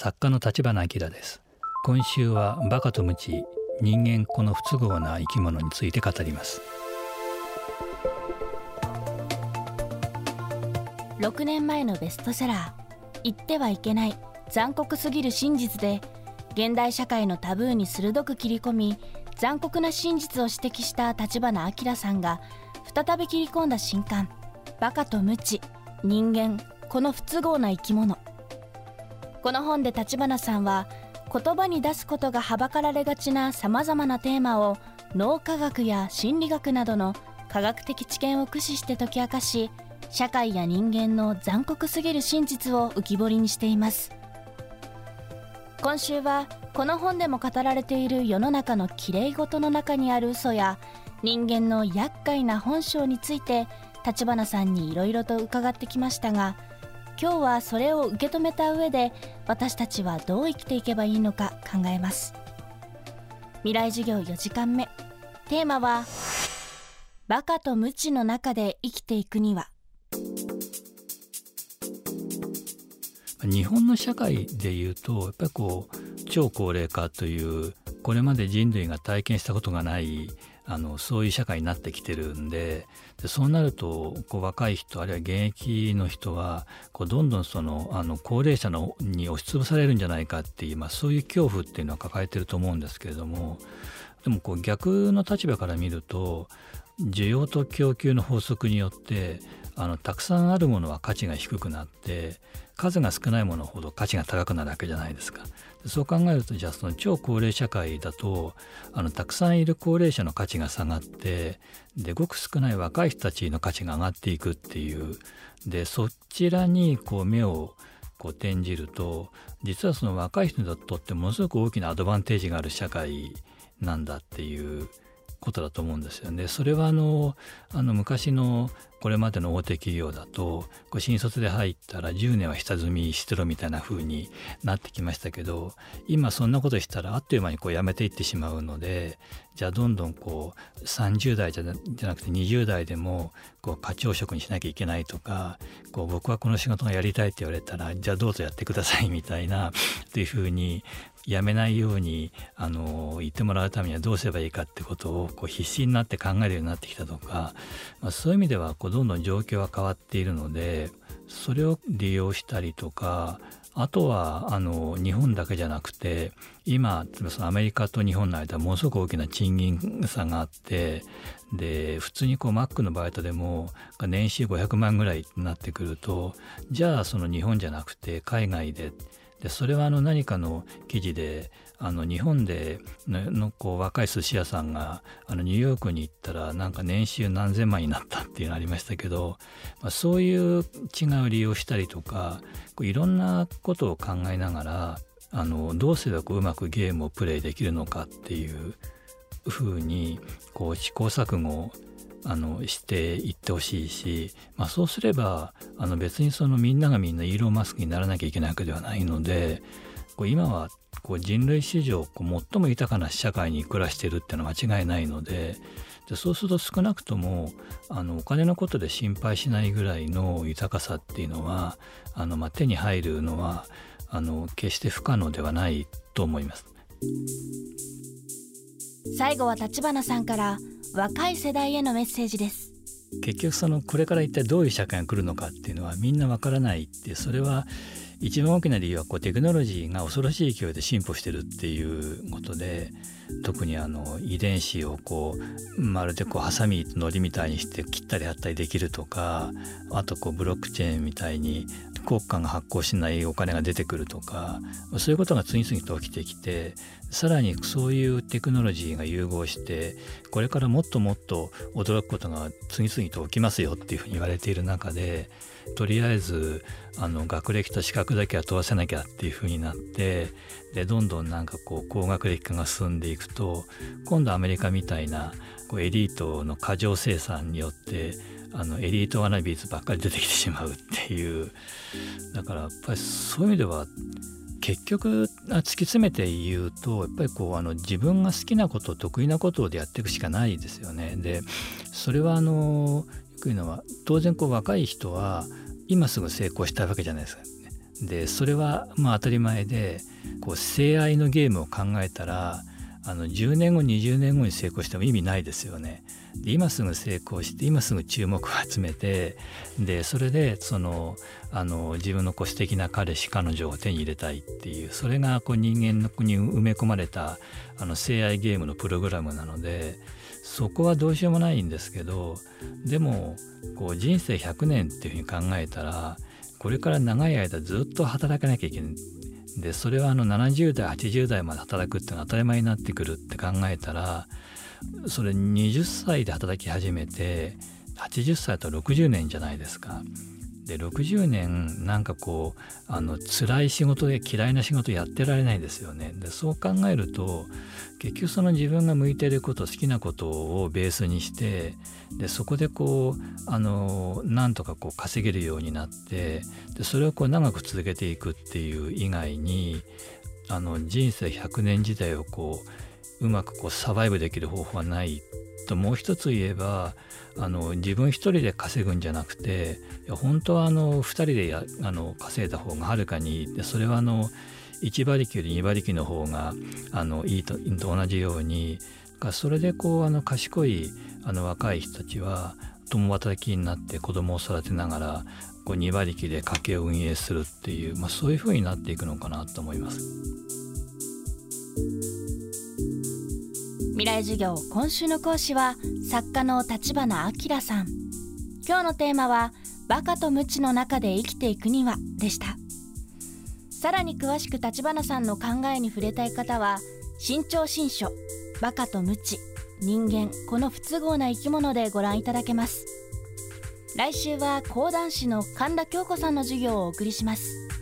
作家の立花明です。今週はバカとムチ、人間この不都合な生き物について語ります。 6年前のベストセラー、言ってはいけない残酷すぎる真実で、現代社会のタブーに鋭く切り込み、残酷な真実を指摘した立花明さんが再び切り込んだ新刊、バカとムチ、人間この不都合な生き物。この本で立花さんは、言葉に出すことがはばかられがちなさまざまなテーマを脳科学や心理学などの科学的知見を駆使して解き明かし、社会や人間の残酷すぎる真実を浮き彫りにしています。今週はこの本でも語られている世の中のきれい事の中にある嘘や人間の厄介な本性について立花さんにいろいろと伺ってきましたが、今日はそれを受け止めた上で私たちはどう生きていけばいいのか考えます。未来授業4時間目、テーマはバカとムチの中で生きていくには。 日本の社会でいうとやっぱり超高齢化というこれまで人類が体験したことがないそういう社会になってきてるんで、そうなると若い人あるいは現役の人はどんどん高齢者に押しつぶされるんじゃないかっていう、そういう恐怖っていうのは抱えてると思うんですけれども、でも逆の立場から見ると需要と供給の法則によってたくさんあるものは価値が低くなって数が少ないものほど価値が高くなるわけじゃないですか。そう考えると、じゃあその超高齢社会だとたくさんいる高齢者の価値が下がって、でごく少ない若い人たちの価値が上がっていくっていう、でそちらに目を転じると、実はその若い人にとってものすごく大きなアドバンテージがある社会なんだっていうことだと思うんですよね。それは昔のこれまでの大手企業だと新卒で入ったら10年は下積みしてろみたいな風になってきましたけど、今そんなことしたらあっという間に辞めていってしまうので、じゃあどんどん30代じゃなくて20代でも課長職にしなきゃいけないとか、僕はこの仕事がやりたいって言われたらじゃあどうぞやってくださいみたいなという風にやめないように言ってもらうためにはどうすればいいかってことを必死になって考えるようになってきたとか、そういう意味ではどんどん状況は変わっているので、それを利用したりとか、あとは日本だけじゃなくて今アメリカと日本の間ものすごく大きな賃金差があって、で普通にマックのバイトでも年収500万ぐらいになってくると、じゃあその日本じゃなくて海外で、それは何かの記事で日本での若い寿司屋さんがニューヨークに行ったら年収何千万になったっていうのがありましたけど、そういう違いを利用したりとかいろんなことを考えながらどうすればうまくゲームをプレイできるのかっていうふうに試行錯誤していってほしいし、そうすれば別にみんながみんなイーロン・マスクにならなきゃいけないわけではないので、今は人類史上最も豊かな社会に暮らしているっていうのは間違いないので、そうすると少なくともお金のことで心配しないぐらいの豊かさっていうのは手に入るのは決して不可能ではないと思います。 最後は立花さんから若い世代へのメッセージです。 結局これから一体どういう社会が来るのかっていうのはみんなわからないって、それは一番大きな理由はテクノロジーが恐ろしい勢いで進歩してるっていうことで、特に遺伝子をまるでハサミのりみたいにして切ったり貼ったりできるとか、あとブロックチェーンみたいに国家が発行しないお金が出てくるとか、そういうことが次々と起きてきて、さらにそういうテクノロジーが融合してこれからもっともっと驚くことが次々と起きますよっていうふうに言われている中で、とりあえず学歴と資格だけは問わせなきゃっていうふうになって、でどんどん高学歴化が進んでいくと、今度アメリカみたいなエリートの過剰生産によってエリートワナビーズばっかり出てきてしまうっていう、だからやっぱりそういう意味では結局突き詰めて言うと、やっぱり自分が好きなこと得意なことでやっていくしかないですよね。でそれはよく言うのは、当然若い人は今すぐ成功したいわけじゃないですか。 でそれは当たり前で、性愛のゲームを考えたら10年後20年後に成功しても意味ないですよね。で今すぐ成功して今すぐ注目を集めて、でそれで自分の素敵な彼氏彼女を手に入れたいっていう、それが人間のに埋め込まれた性愛ゲームのプログラムなので、そこはどうしようもないんですけど、でも人生100年っていうふうに考えたら、これから長い間ずっと働かなきゃいけない。でそれは70代80代まで働くっていうのが当たり前になってくるって考えたら、それ20歳で働き始めて80歳と60年じゃないですか。で60年辛い仕事で嫌いな仕事やってられないですよね。でそう考えると結局自分が向いていること好きなことをベースにして、でそこでなんとか稼げるようになって、でそれを長く続けていくっていう以外に人生100年時代をうまくサバイブできる方法はないと。もう一つ言えば自分一人で稼ぐんじゃなくて、本当は二人で稼いだ方がはるかにいい。でそれは1馬力より2馬力の方がいいと同じように、それで賢い若い人たちは共働きになって子供を育てながら2馬力で家計を運営するっていう、そういうふうになっていくのかなと思います。 未来授業、今週の講師は作家の立花明さん。今日のテーマはバカと無知の中で生きていくにはでした。さらに詳しく立花さんの考えに触れたい方は新潮新書バカと無知、人間この不都合な生き物でご覧いただけます。来週は講談師の神田京子さんの授業をお送りします。